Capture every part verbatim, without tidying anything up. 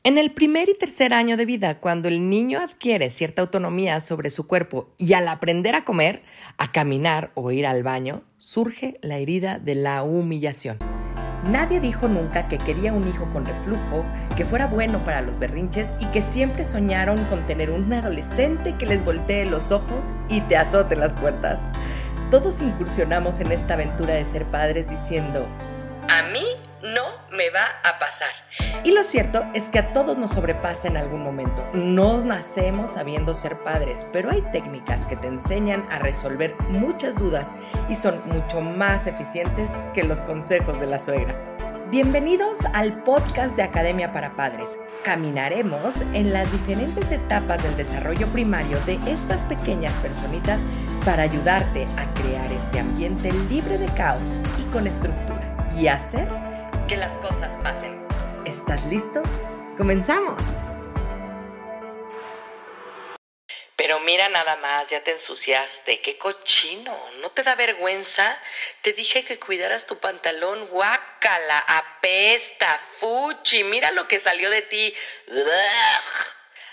En el primer y tercer año de vida, cuando el niño adquiere cierta autonomía sobre su cuerpo y al aprender a comer, a caminar o ir al baño, surge la herida de la humillación. Nadie dijo nunca que quería un hijo con reflujo, que fuera bueno para los berrinches y que siempre soñaron con tener un adolescente que les voltee los ojos y te azote las puertas. Todos incursionamos en esta aventura de ser padres diciendo, a mí no me va a pasar. Y lo cierto es que a todos nos sobrepasa en algún momento. No nacemos sabiendo ser padres, pero hay técnicas que te enseñan a resolver muchas dudas y son mucho más eficientes que los consejos de la suegra. Bienvenidos al podcast de Academia para Padres. Caminaremos en las diferentes etapas del desarrollo primario de estas pequeñas personitas para ayudarte a crear este ambiente libre de caos y con estructura y hacer que las cosas pasen. ¿Estás listo? ¡Comenzamos! Pero mira nada más, ya te ensuciaste. ¡Qué cochino! ¿No te da vergüenza? Te dije que cuidaras tu pantalón. ¡Guácala! ¡Apesta! ¡Fuchi! ¡Mira lo que salió de ti! ¡Ugh!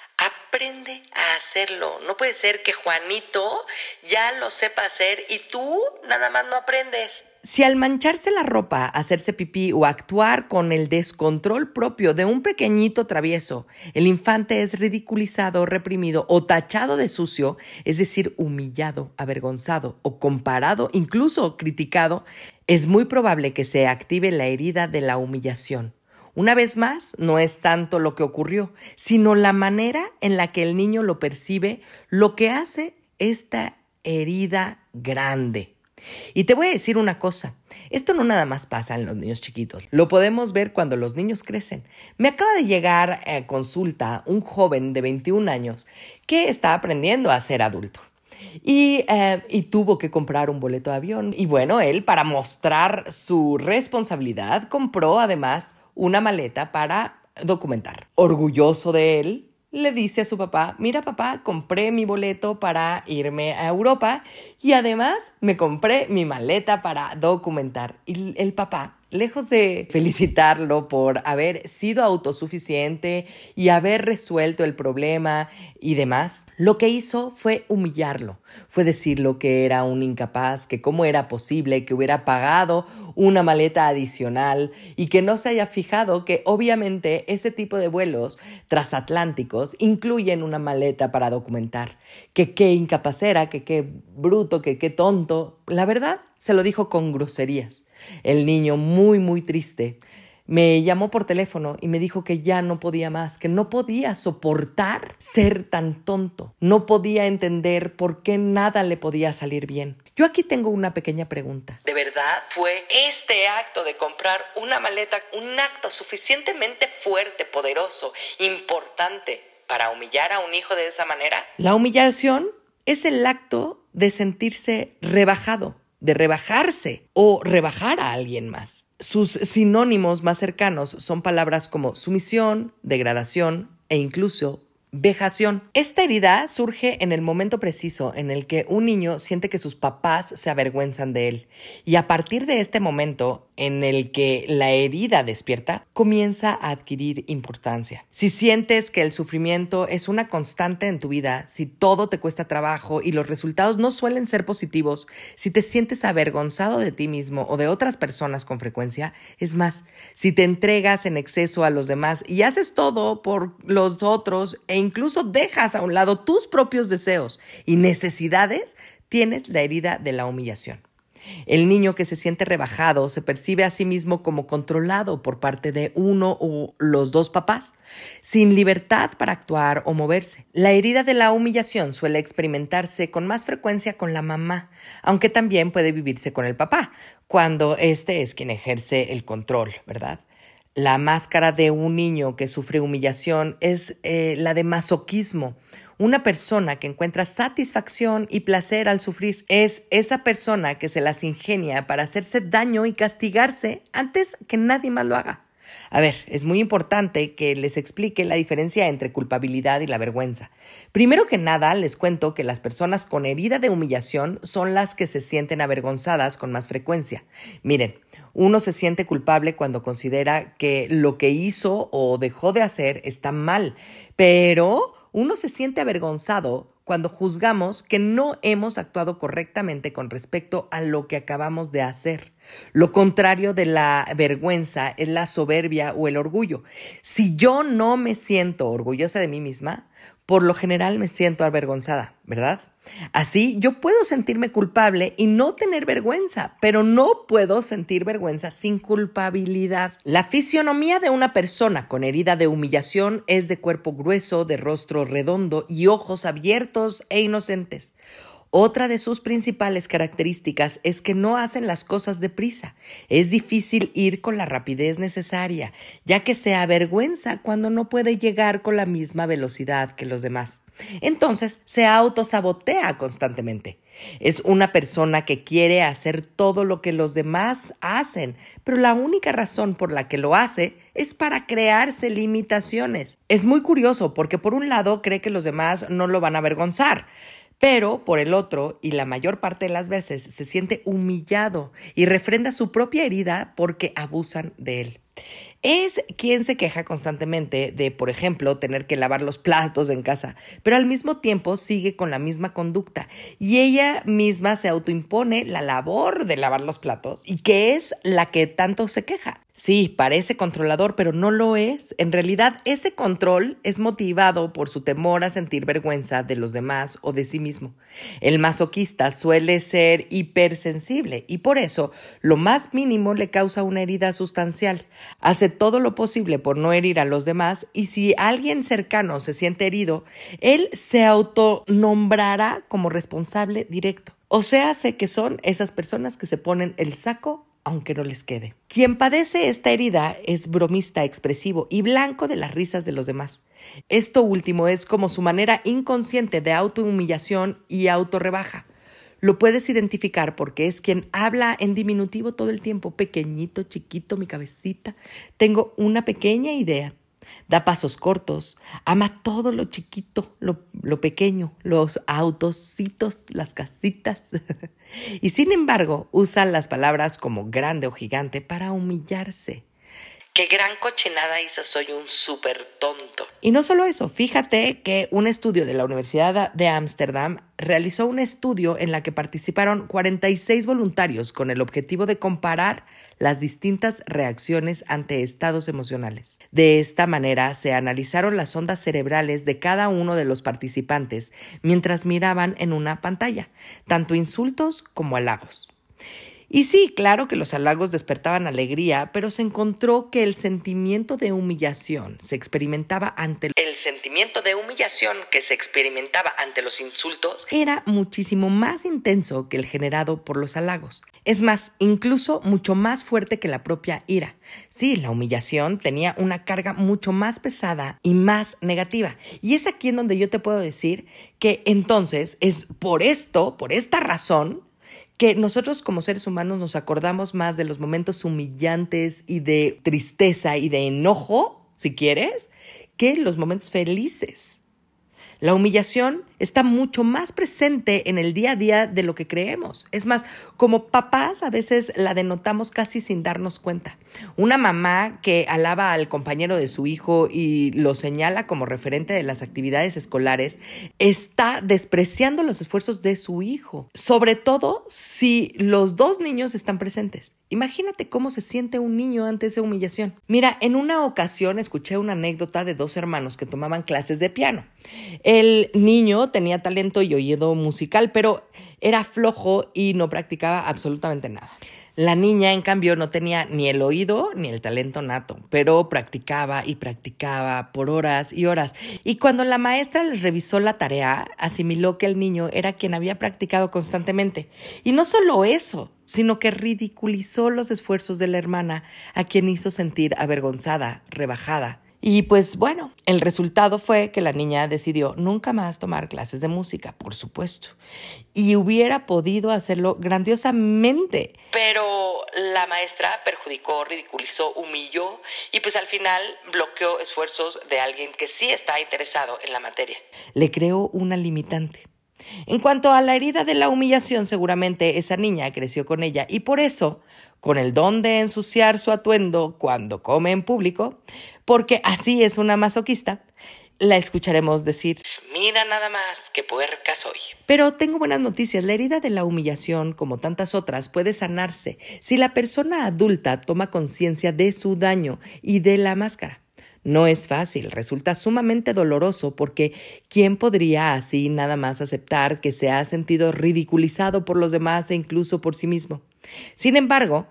Aprende a hacerlo. No puede ser que Juanito ya lo sepa hacer y tú nada más no aprendes. Si al mancharse la ropa, hacerse pipí o actuar con el descontrol propio de un pequeñito travieso, el infante es ridiculizado, reprimido o tachado de sucio, es decir, humillado, avergonzado o comparado, incluso criticado, es muy probable que se active la herida de la humillación. Una vez más, no es tanto lo que ocurrió, sino la manera en la que el niño lo percibe, lo que hace esta herida grande. Y te voy a decir una cosa, esto no nada más pasa en los niños chiquitos, lo podemos ver cuando los niños crecen. Me acaba de llegar a consulta un joven de veintiún años que está aprendiendo a ser adulto. Y, eh, y tuvo que comprar un boleto de avión. Y bueno, él, para mostrar su responsabilidad, compró además una maleta para documentar. Orgulloso de él, le dice a su papá, mira papá, compré mi boleto para irme a Europa y además me compré mi maleta para documentar. Y el papá, lejos de felicitarlo por haber sido autosuficiente y haber resuelto el problema y demás, lo que hizo fue humillarlo. Fue decirlo que era un incapaz, que cómo era posible que hubiera pagado una maleta adicional y que no se haya fijado que obviamente ese tipo de vuelos transatlánticos incluyen una maleta para documentar. Que qué incapaz era, que qué bruto, que qué tonto. La verdad, se lo dijo con groserías. El niño, muy, muy triste, me llamó por teléfono y me dijo que ya no podía más, que no podía soportar ser tan tonto. No podía entender por qué nada le podía salir bien. Yo aquí tengo una pequeña pregunta. ¿De verdad fue este acto de comprar una maleta un acto suficientemente fuerte, poderoso, importante para humillar a un hijo de esa manera? La humillación es el acto de sentirse rebajado, de rebajarse o rebajar a alguien más. Sus sinónimos más cercanos son palabras como sumisión, degradación e incluso vejación. Esta herida surge en el momento preciso en el que un niño siente que sus papás se avergüenzan de él. Y a partir de este momento en el que la herida despierta, comienza a adquirir importancia. Si sientes que el sufrimiento es una constante en tu vida, si todo te cuesta trabajo y los resultados no suelen ser positivos, si te sientes avergonzado de ti mismo o de otras personas con frecuencia, es más, si te entregas en exceso a los demás y haces todo por los otros e incluso dejas a un lado tus propios deseos y necesidades, tienes la herida de la humillación. El niño que se siente rebajado se percibe a sí mismo como controlado por parte de uno o los dos papás, sin libertad para actuar o moverse. La herida de la humillación suele experimentarse con más frecuencia con la mamá, aunque también puede vivirse con el papá, cuando este es quien ejerce el control, ¿verdad? La máscara de un niño que sufre humillación es eh, la de masoquismo. Una persona que encuentra satisfacción y placer al sufrir es esa persona que se las ingenia para hacerse daño y castigarse antes que nadie más lo haga. A ver, es muy importante que les explique la diferencia entre culpabilidad y la vergüenza. Primero que nada, les cuento que las personas con herida de humillación son las que se sienten avergonzadas con más frecuencia. Miren, uno se siente culpable cuando considera que lo que hizo o dejó de hacer está mal, pero uno se siente avergonzado cuando juzgamos que no hemos actuado correctamente con respecto a lo que acabamos de hacer. Lo contrario de la vergüenza es la soberbia o el orgullo. Si yo no me siento orgullosa de mí misma, por lo general me siento avergonzada, ¿verdad? Así, yo puedo sentirme culpable y no tener vergüenza, pero no puedo sentir vergüenza sin culpabilidad. La fisionomía de una persona con herida de humillación es de cuerpo grueso, de rostro redondo y ojos abiertos e inocentes. Otra de sus principales características es que no hacen las cosas deprisa. Es difícil ir con la rapidez necesaria, ya que se avergüenza cuando no puede llegar con la misma velocidad que los demás. Entonces, se autosabotea constantemente. Es una persona que quiere hacer todo lo que los demás hacen, pero la única razón por la que lo hace es para crearse limitaciones. Es muy curioso porque por un lado cree que los demás no lo van a avergonzar, pero por el otro, y la mayor parte de las veces, se siente humillado y refrenda su propia herida porque abusan de él. Es quien se queja constantemente de, por ejemplo, tener que lavar los platos en casa, pero al mismo tiempo sigue con la misma conducta y ella misma se autoimpone la labor de lavar los platos y que es la que tanto se queja. Sí, parece controlador, pero no lo es. En realidad, ese control es motivado por su temor a sentir vergüenza de los demás o de sí mismo. El masoquista suele ser hipersensible y por eso lo más mínimo le causa una herida sustancial. Hace todo lo posible por no herir a los demás y si alguien cercano se siente herido, él se autonombrará como responsable directo. O sea, hace que son esas personas que se ponen el saco aunque no les quede. Quien padece esta herida es bromista expresivo y blanco de las risas de los demás. Esto último es como su manera inconsciente de autohumillación y autorrebaja. Lo puedes identificar porque es quien habla en diminutivo todo el tiempo. Pequeñito, chiquito, mi cabecita. Tengo una pequeña idea. Da pasos cortos, ama todo lo chiquito, lo, lo pequeño, los autocitos, las casitas. Y sin embargo, usa las palabras como grande o gigante para humillarse. ¡Qué gran cochinada hice! Soy un súper tonto. Y no solo eso, fíjate que un estudio de la Universidad de Ámsterdam realizó un estudio en la que participaron cuarenta y seis voluntarios con el objetivo de comparar las distintas reacciones ante estados emocionales. De esta manera, se analizaron las ondas cerebrales de cada uno de los participantes mientras miraban en una pantalla, tanto insultos como halagos. Y sí, claro que los halagos despertaban alegría, pero se encontró que el sentimiento de humillación se experimentaba ante el sentimiento de humillación que se experimentaba ante los insultos era muchísimo más intenso que el generado por los halagos. Es más, incluso mucho más fuerte que la propia ira. Sí, la humillación tenía una carga mucho más pesada y más negativa. Y es aquí en donde yo te puedo decir que entonces es por esto, por esta razón, que nosotros como seres humanos nos acordamos más de los momentos humillantes y de tristeza y de enojo, si quieres, que los momentos felices. La humillación está mucho más presente en el día a día de lo que creemos. Es más, como papás a veces la denotamos casi sin darnos cuenta. Una mamá que alaba al compañero de su hijo y lo señala como referente de las actividades escolares está despreciando los esfuerzos de su hijo, sobre todo si los dos niños están presentes. Imagínate cómo se siente un niño ante esa humillación. Mira, en una ocasión escuché una anécdota de dos hermanos que tomaban clases de piano. El niño tenía talento y oído musical, pero era flojo y no practicaba absolutamente nada. La niña, en cambio, no tenía ni el oído ni el talento nato, pero practicaba y practicaba por horas y horas. Y cuando la maestra les revisó la tarea, asimiló que el niño era quien había practicado constantemente. Y no solo eso, sino que ridiculizó los esfuerzos de la hermana, a quien hizo sentir avergonzada, rebajada Y pues bueno, el resultado fue que la niña decidió nunca más tomar clases de música, por supuesto. Y hubiera podido hacerlo grandiosamente. Pero la maestra perjudicó, ridiculizó, humilló y pues al final bloqueó esfuerzos de alguien que sí está interesado en la materia. Le creó una limitante. En cuanto a la herida de la humillación, seguramente esa niña creció con ella y por eso, con el don de ensuciar su atuendo cuando come en público, porque así es una masoquista, la escucharemos decir: mira nada más qué puerca soy. Pero tengo buenas noticias. La herida de la humillación, como tantas otras, puede sanarse si la persona adulta toma conciencia de su daño y de la máscara. No es fácil, resulta sumamente doloroso porque ¿quién podría así nada más aceptar que se ha sentido ridiculizado por los demás e incluso por sí mismo? Sin embargo,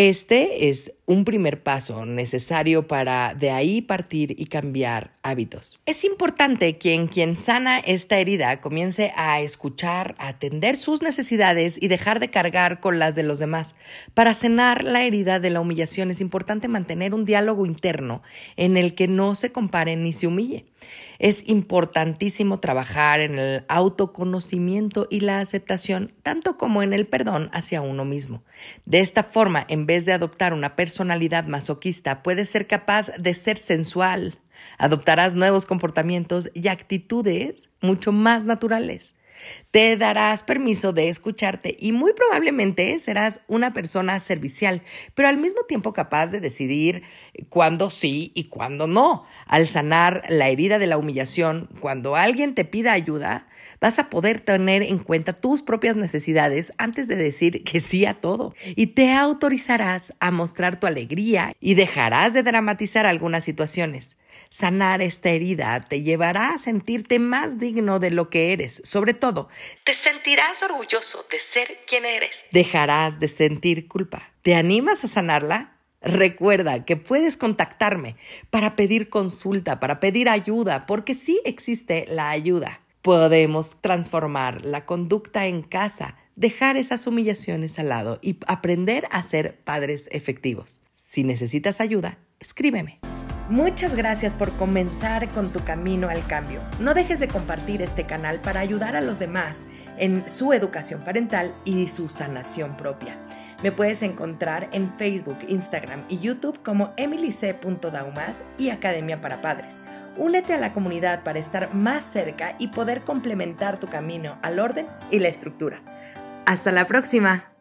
este es un primer paso necesario para de ahí partir y cambiar hábitos. Es importante que en quien sana esta herida comience a escuchar, a atender sus necesidades y dejar de cargar con las de los demás. Para sanar la herida de la humillación es importante mantener un diálogo interno en el que no se compare ni se humille. Es importantísimo trabajar en el autoconocimiento y la aceptación, tanto como en el perdón hacia uno mismo. De esta forma, en vez de adoptar una personalidad masoquista, puedes ser capaz de ser sensual. Adoptarás nuevos comportamientos y actitudes mucho más naturales. Te darás permiso de escucharte y muy probablemente serás una persona servicial, pero al mismo tiempo capaz de decidir cuándo sí y cuándo no. Al sanar la herida de la humillación, cuando alguien te pida ayuda, vas a poder tener en cuenta tus propias necesidades antes de decir que sí a todo. Y te autorizarás a mostrar tu alegría y dejarás de dramatizar algunas situaciones. Sanar esta herida te llevará a sentirte más digno de lo que eres. Sobre todo, te sentirás orgulloso de ser quien eres. Dejarás de sentir culpa. ¿Te animas a sanarla? Recuerda que puedes contactarme para pedir consulta, para pedir ayuda, porque sí existe la ayuda. Podemos transformar la conducta en casa, dejar esas humillaciones al lado y aprender a ser padres efectivos. Si necesitas ayuda, escríbeme. Muchas gracias por comenzar con tu camino al cambio. No dejes de compartir este canal para ayudar a los demás en su educación parental y su sanación propia. Me puedes encontrar en Facebook, Instagram y YouTube como emily c punto daumas y Academia para Padres. Únete a la comunidad para estar más cerca y poder complementar tu camino al orden y la estructura. ¡Hasta la próxima!